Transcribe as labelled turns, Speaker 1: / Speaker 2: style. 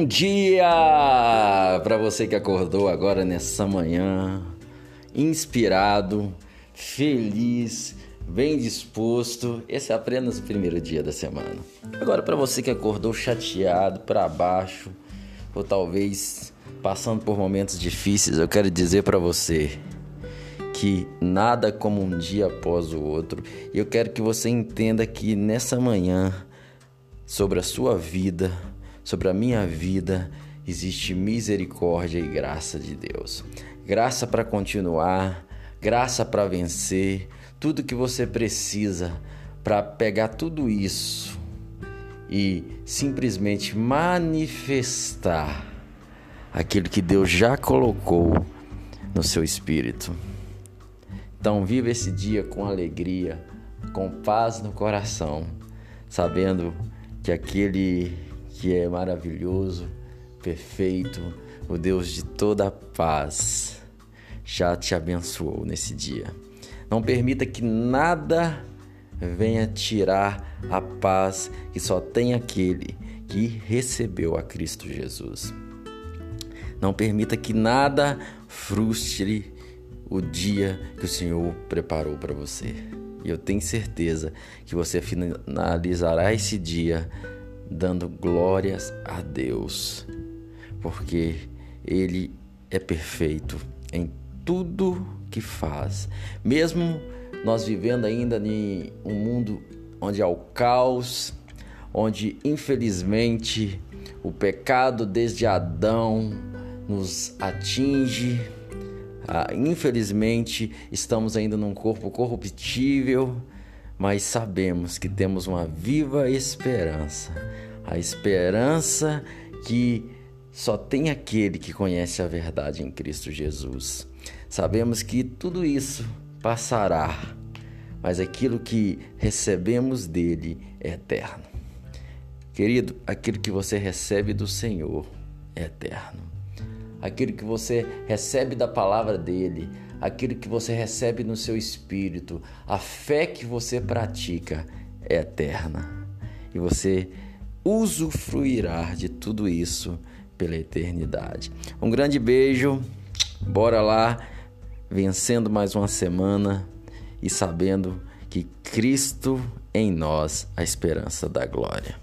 Speaker 1: Bom dia para você que acordou agora nessa manhã, inspirado, feliz, bem disposto. Esse é apenas o primeiro dia da semana. Agora, para você que acordou chateado, para baixo, ou talvez passando por momentos difíceis, eu quero dizer para você que nada como um dia após o outro. E eu quero que você entenda que nessa manhã, sobre a sua vida, sobre a minha vida, existe misericórdia e graça de Deus. Graça para continuar, graça para vencer, tudo que você precisa para pegar tudo isso e simplesmente manifestar aquilo que Deus já colocou no seu espírito. Então, viva esse dia com alegria, com paz no coração, sabendo que aquele que é maravilhoso, perfeito, o Deus de toda a paz, já te abençoou nesse dia. Não permita que nada venha tirar a paz que só tem aquele que recebeu a Cristo Jesus. Não permita que nada frustre o dia que o Senhor preparou para você. E eu tenho certeza que você finalizará esse dia dando glórias a Deus, porque Ele é perfeito em tudo que faz. Mesmo nós vivendo ainda em um mundo onde há o caos, onde infelizmente o pecado desde Adão nos atinge, infelizmente estamos ainda num corpo corruptível, mas sabemos que temos uma viva esperança, a esperança que só tem aquele que conhece a verdade em Cristo Jesus. Sabemos que tudo isso passará, mas aquilo que recebemos dele é eterno. Querido, aquilo que você recebe do Senhor é eterno. Aquilo que você recebe da palavra dele, aquilo que você recebe no seu espírito, a fé que você pratica é eterna. E você usufruirá de tudo isso pela eternidade. Um grande beijo, bora lá, vencendo mais uma semana e sabendo que Cristo em nós, a esperança da glória.